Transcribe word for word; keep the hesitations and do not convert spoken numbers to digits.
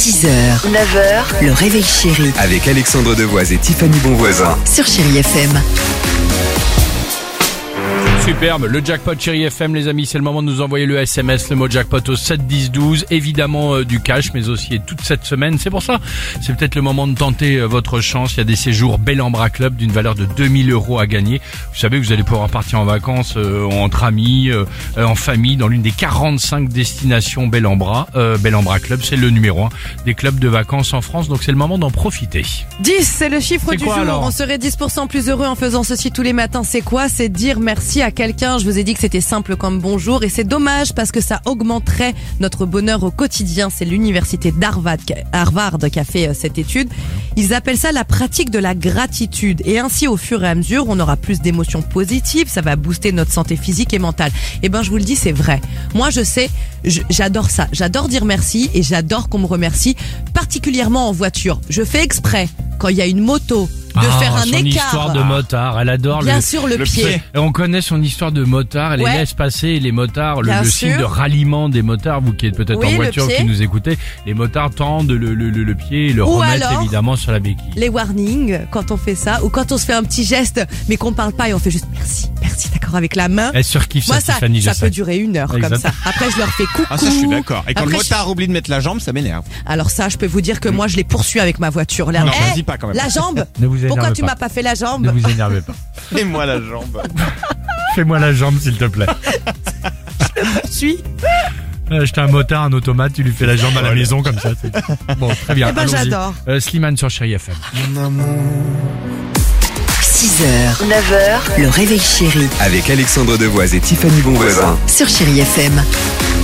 six heures, neuf heures, le réveil chéri Avec Alexandre Devoise et Tiffany Bonvoisin. sur Chéri F M. Superbe, le jackpot Chéri F M, les amis, c'est le moment de nous envoyer le S M S, le mot jackpot au sept dix douze, évidemment euh, du cash, mais aussi et toute cette semaine. C'est pour ça, c'est peut-être le moment de tenter euh, votre chance. Il y a des séjours Bel Ambra Club d'une valeur de deux mille euros à gagner. Vous savez que vous allez pouvoir partir en vacances euh, entre amis, euh, euh, en famille, dans l'une des quarante-cinq destinations Bel Ambra. Euh, Bel Ambra Club, c'est le numéro un des clubs de vacances en France, donc c'est le moment d'en profiter. dix, c'est le chiffre C'est du quoi, jour. alors On serait dix pour cent plus heureux en faisant ceci tous les matins. C'est quoi? C'est dire merci à quelqu'un. Je vous ai dit que c'était simple comme bonjour et c'est dommage parce que ça augmenterait notre bonheur au quotidien. C'est l'université d'Harvard Harvard qui a fait euh, cette étude. Ils appellent ça la pratique de la gratitude. Et ainsi, au fur et à mesure, on aura plus d'émotions positives. Ça va booster notre santé physique et mentale. Et ben, je vous le dis, c'est vrai. Moi, je sais, je- j'adore ça. J'adore dire merci et j'adore qu'on me remercie, particulièrement en voiture. Je fais exprès, quand il y a une moto, de Ah, faire un son écart. histoire de motard, elle adore Bien le... sûr, le, pied. Et on connaît son histoire de motard, elle Ouais. les laisse passer les motards, le, Bien le sûr. signe de ralliement des motards, vous qui êtes peut-être Oui, en le voiture, pied. qui nous écoutez, les motards tendent le, le, le, le pied et le Ou remettent alors, évidemment sur la béquille. Les warnings, quand on fait ça, ou quand on se fait un petit geste, mais qu'on parle pas et on fait juste merci, merci, d'accord, avec la main. Elle surkiffe Moi, ça, ça, Tiffany, je ça sais. peut durer une heure Exact. comme ça. Après, je leur fais coucou. Ah ça je suis d'accord. Et quand Après, le je- motard oublie de mettre la jambe, ça m'énerve. Alors ça, je peux vous dire que moi, je les poursuis avec ma voiture. Là, Non, Eh, vas-y pas quand même. La jambe. Ne vous énervez Pourquoi tu pas. m'as pas fait la Ne jambe? vous énervez pas. Et moi la jambe. Fais-moi la jambe, s'il te plaît. Suis. Euh, J'étais un motard, un automate, tu lui fais la jambe à la maison comme ça. c'est- Bon, très bien. Eh ben, allons-y. j'adore. Euh, Slimane sur Chéri F M. six heures, neuf heures, le réveil chéri Avec Alexandre Devoise et Tiffany Bonvoisin. sur Chéri F M.